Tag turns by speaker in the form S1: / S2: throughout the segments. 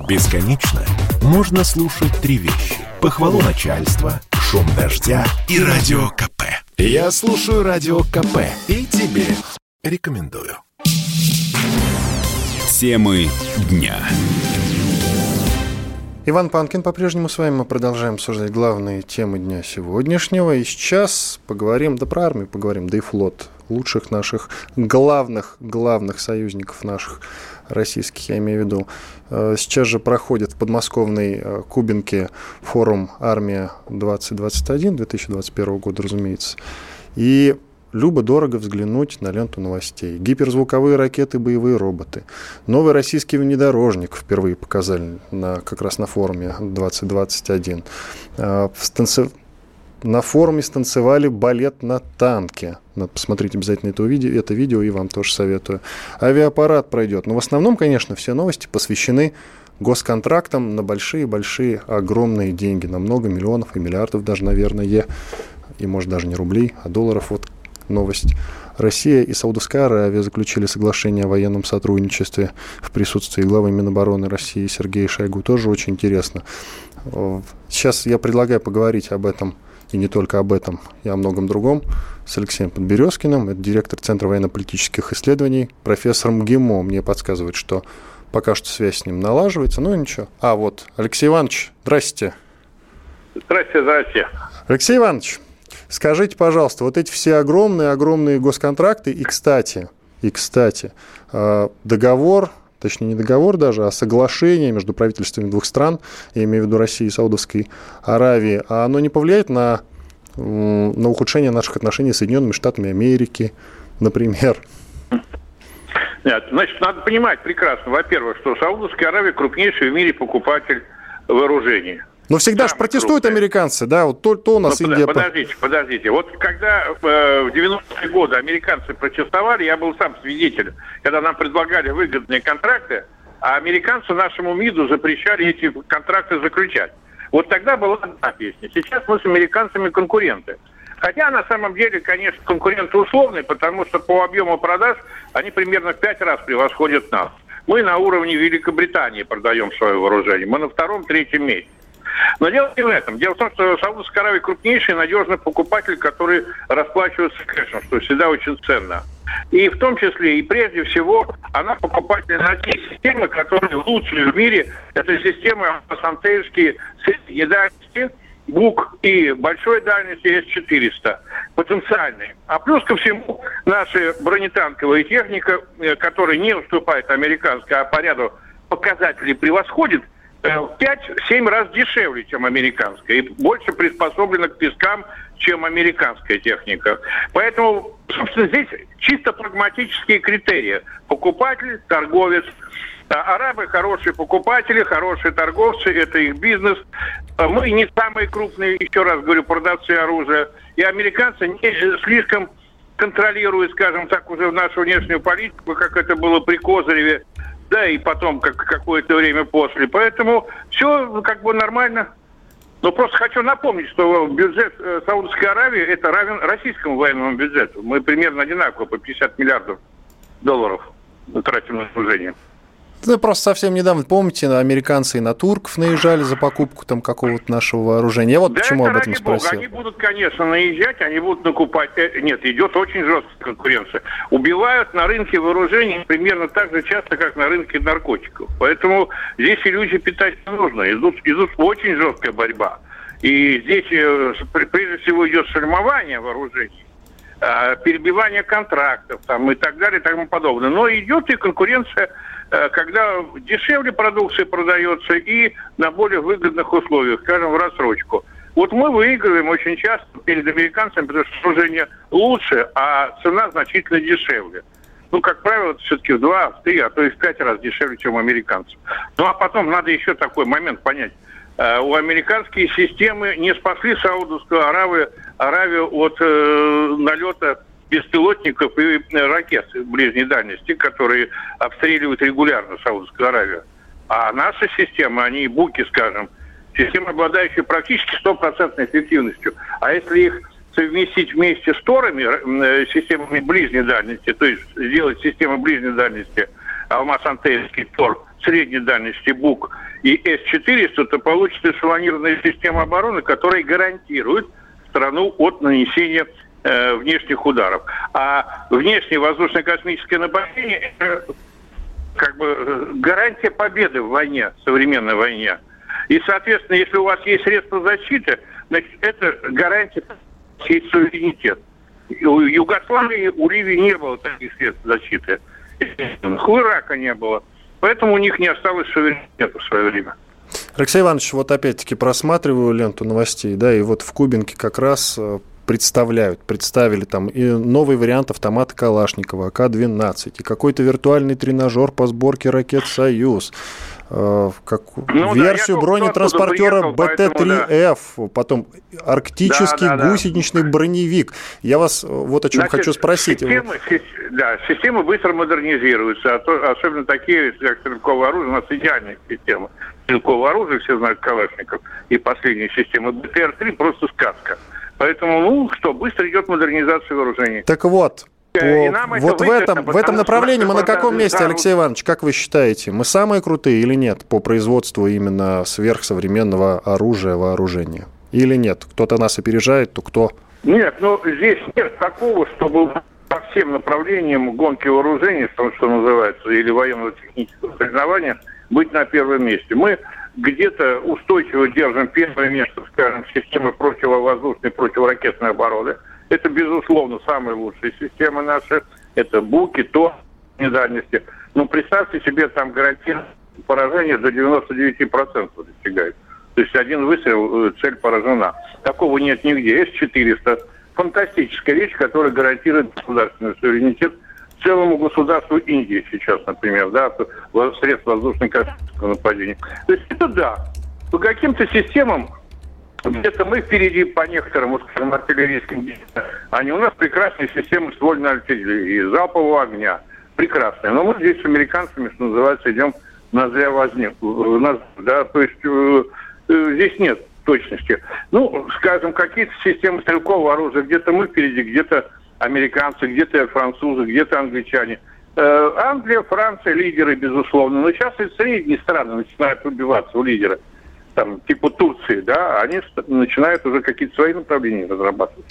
S1: Бесконечно можно слушать три вещи: похвалу начальства, шум дождя и радио КП. Я слушаю радио КП и тебе рекомендую. Темы дня.
S2: Иван Панкин по-прежнему с вами. Мы продолжаем обсуждать главные темы дня сегодняшнего. И сейчас поговорим, да про армию поговорим, да и флот. Лучших наших главных союзников наших российских, я имею в виду. Сейчас же проходит в подмосковной Кубинке форум «Армия-2021» 2021 года, разумеется. И любо-дорого взглянуть на ленту новостей. Гиперзвуковые ракеты, боевые роботы. Новый российский внедорожник впервые показали как раз на форуме 2021. На форуме станцевали балет на танке. Надо посмотреть обязательно это видео, и вам тоже советую. Авиапарад пройдет. Но в основном, конечно, все новости посвящены госконтрактам на большие-большие, огромные деньги. На много миллионов и миллиардов даже, наверное, и, может, даже не рублей, а долларов. Вот новость. Россия и Саудовская Аравия заключили соглашение о военном сотрудничестве в присутствии главы Минобороны России Сергея Шойгу. Тоже очень интересно. Сейчас я предлагаю поговорить об этом, и не только об этом, и о многом другом, с Алексеем Подберезкиным. Это директор Центра военно-политических исследований, профессор МГИМО. Мне подсказывает, что пока что связь с ним налаживается, но ничего. Вот, Алексей Иванович, здрасте.
S3: Здрасте.
S2: Алексей Иванович, скажите, пожалуйста, вот эти все огромные госконтракты, и, кстати, договор, точнее, не договор даже, а соглашение между правительствами двух стран, я имею в виду России и Саудовской Аравии, оно не повлияет на ухудшение наших отношений с Соединенными Штатами Америки, например?
S3: Нет, значит, надо понимать прекрасно, во-первых, что Саудовская Аравия крупнейший в мире покупатель вооружений.
S2: Но всегда же протестуют американцы, да, вот то у нас Индия...
S3: Подождите. Вот когда в 90-е годы американцы протестовали, я был сам свидетелем, когда нам предлагали выгодные контракты, а американцы нашему МИДу запрещали эти контракты заключать. Вот тогда была одна песня. Сейчас мы с американцами конкуренты. Хотя на самом деле, конечно, конкуренты условные, потому что по объему продаж они примерно в 5 раз превосходят нас. Мы на уровне Великобритании продаем свое вооружение. Мы на 2-3 месте. Но дело не в этом. Дело в том, что Саудовская Аравия крупнейший надежный покупатель, который расплачивается кэшем, что всегда очень ценно. И в том числе, и прежде всего, она покупатель на те системы, которые лучшие в мире. Это системы антеевские средней дальности, БУК и большой дальности С-400, потенциальные. А плюс ко всему, наша бронетанковая техника, которая не уступает американской, а по ряду показателей превосходит, в 5-7 раз дешевле, чем американская, и больше приспособлена к пескам, чем американская техника. Поэтому, собственно, здесь чисто прагматические критерии. Покупатель, торговец. Арабы хорошие покупатели, хорошие торговцы, это их бизнес. Мы не самые крупные, еще раз говорю, продавцы оружия. И американцы не слишком контролируют, скажем так, уже нашу внешнюю политику, как это было при Козыреве, да, и потом какое-то время после. Поэтому все как бы нормально. Но просто хочу напомнить, что бюджет Саудовской Аравии это равен российскому военному бюджету. Мы примерно одинаково по 50 миллиардов долларов тратим на вооружение.
S2: Да, просто совсем недавно, помните, американцы и на турков наезжали за покупку там какого-то нашего вооружения. Я вот да, почему об этом спросил.
S3: Бога. Они будут, конечно, наезжать, они будут накупать. Нет, идет очень жесткая конкуренция. Убивают на рынке вооружений примерно так же часто, как на рынке наркотиков. Поэтому здесь иллюзии питать не нужно. Идут очень жесткая борьба. И здесь прежде всего идет шельмование вооружений, перебивание контрактов там, и так далее и тому подобное. Но идет и конкуренция, когда дешевле продукция продается и на более выгодных условиях, скажем, в рассрочку. Вот мы выигрываем очень часто перед американцами, потому что вооружение лучше, а цена значительно дешевле. Ну, как правило, это все-таки в 2, в 3, а то и в 5 раз дешевле, чем у американцев. Ну, а потом надо еще такой момент понять. У американские системы не спасли Саудовскую Аравию от налета беспилотников и ракет ближней дальности, которые обстреливают регулярно Саудовскую Аравию. А наши системы, они буки, скажем, системы, обладающие практически 100% эффективностью. А если их совместить вместе с торами, системами ближней дальности, то есть сделать систему ближней дальности, Алмаз-Антейский тор средней дальности БУК и С-400, то получится эшелонированная система обороны, которая гарантирует страну от нанесения внешних ударов. А внешнее воздушно-космическое нападение – это как бы гарантия победы в войне, в современной войне. И, соответственно, если у вас есть средства защиты, значит, это гарантия суверенитет. У Югославии, у Ливии не было таких средств защиты. У Ирака не было. Поэтому у них не осталось суверенитета в свое время.
S2: Алексей Иванович, вот опять-таки просматриваю ленту новостей, да, и вот в Кубинке как раз представили там и новый вариант автомата Калашникова, АК-12, и какой-то виртуальный тренажер по сборке ракет «Союз», версию бронетранспортера БТ-3Ф, потом арктический гусеничный броневик. Я вас вот о чем хочу спросить.
S3: Системы быстро модернизируются, особенно такие, как стрелковое оружие, у нас идеальная система. Стрелковое оружие, все знают Калашников, и последняя система БТР-3 просто сказка. Поэтому, быстро идет модернизация вооружений.
S2: Так вот, вот в этом направлении мы на каком месте, Алексей Иванович, как вы считаете? Мы самые крутые или нет по производству именно сверхсовременного оружия, вооружения? Или нет? Кто-то нас опережает, то кто?
S3: Нет, здесь нет такого, чтобы по всем направлениям гонки вооружений, что называется, или военного технического соревнования, быть на первом месте. Мы где-то устойчиво держим первое место, скажем, системы противовоздушной, противоракетной обороны. Это, безусловно, самые лучшие системы наши. Это БУКи, ТО, дальности. Представьте себе, там гарантированное поражение до 99% достигает. То есть один выстрел, цель поражена. Такого нет нигде. С-400. Фантастическая вещь, которая гарантирует государственный суверенитет целому государству Индии сейчас, например, средств воздушно-космического нападения. То есть это да. По каким-то системам где-то мы впереди по некоторым, скажем, артиллерийским действиям. Они у нас прекрасные системы ствольной артиллерии, залпового огня. Прекрасные. Но мы здесь с американцами, что называется, идем ноздря возник. То есть здесь нет точности. Скажем, какие-то системы стрелкового оружия, где-то мы впереди, где-то американцы, где-то французы, где-то англичане. Англия, Франция, лидеры, безусловно. Но сейчас и средние страны начинают выбиваться в лидеры. Там, типа Турции, да, они начинают уже какие-то свои направления разрабатывать.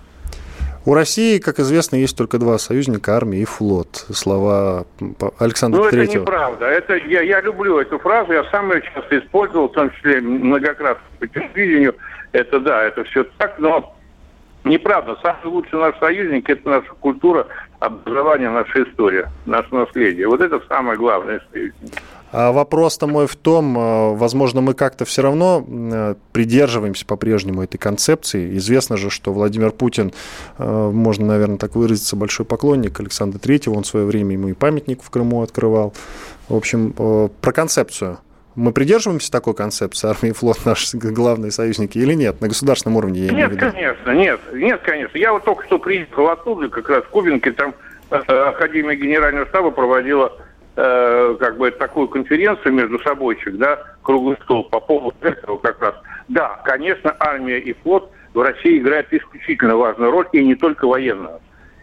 S2: У России, как известно, есть только два союзника – армия и флот. Слова Александра Третьего.
S3: Это неправда. Я люблю эту фразу, я сам ее часто использовал, в том числе многократно по телевидению. Это все так, но неправда. Самый лучший наш союзник – это наша культура, образование, наша история, наше наследие. Вот это самое главное союзники.
S2: А вопрос-то мой в том, возможно, мы как-то все равно придерживаемся по-прежнему этой концепции. Известно же, что Владимир Путин, можно, наверное, так выразиться, большой поклонник Александра Третьего. Он в свое время ему и памятник в Крыму открывал. В общем, про концепцию. Мы придерживаемся такой концепции, армия и флот наши главные союзники, или нет? На государственном уровне, я имею в виду.
S3: Нет, конечно. Я вот только что приехал оттуда, как раз в Кубинке, там Академия Генерального штаба проводила такую конференцию между собойчик, круглый стол по поводу этого как раз. Да, конечно, армия и флот в России играют исключительно важную роль, и не только военную,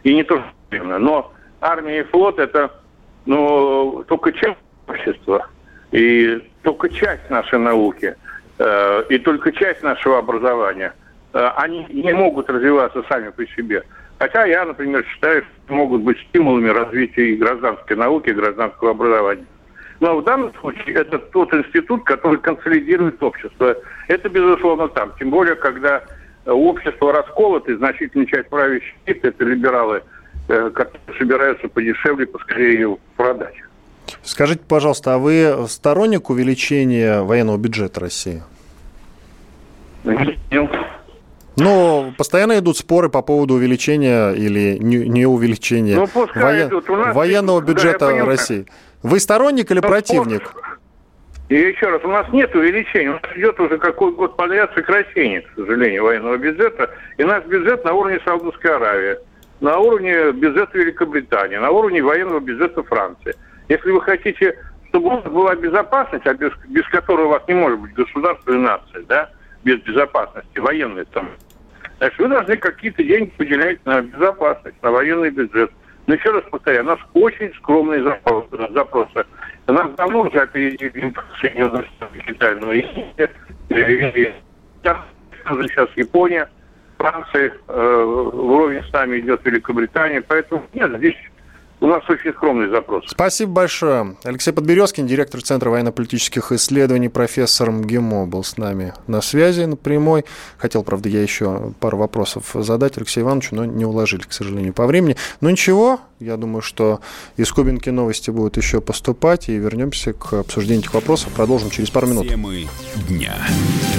S3: но армия и флот это, только часть общества, и только часть нашей науки, и только часть нашего образования. Они не могут развиваться сами по себе. Хотя я, например, считаю, что могут быть стимулами развития и гражданской науки, и гражданского образования. Но в данном случае это тот институт, который консолидирует общество. Это, безусловно, там. Тем более, когда общество расколото, и значительная часть правящих, это либералы, которые собираются подешевле, поскорее ее продать.
S2: Скажите, пожалуйста, а вы сторонник увеличения военного бюджета России?
S3: Нет.
S2: Постоянно идут споры по поводу увеличения или не увеличения военного бюджета России. Вы сторонник или противник?
S3: И еще раз, у нас нет увеличения. У нас идет уже какой год подряд сокращение, к сожалению, военного бюджета. И наш бюджет на уровне Саудовской Аравии, на уровне бюджета Великобритании, на уровне военного бюджета Франции. Если вы хотите, чтобы у вас была безопасность, а без которой у вас не может быть государство и нация, без безопасности, военной там. Значит, вы должны какие-то деньги выделять на безопасность, на военный бюджет. Но еще раз повторяю, у нас очень скромные запросы. Нас давно уже опередили Соединенные Штаты, Китай, но сейчас Япония, Франция, вровень с нами идет Великобритания, поэтому нет, здесь у нас очень скромный запрос.
S2: Спасибо большое. Алексей Подберезкин, директор Центра военно-политических исследований, профессор МГИМО, был с нами на связи на прямой. Хотел, правда, я еще пару вопросов задать Алексею Ивановичу, но не уложили, к сожалению, по времени. Но ничего, я думаю, что из Кубинки новости будут еще поступать, и вернемся к обсуждению этих вопросов. Продолжим через пару минут.
S1: Темы дня.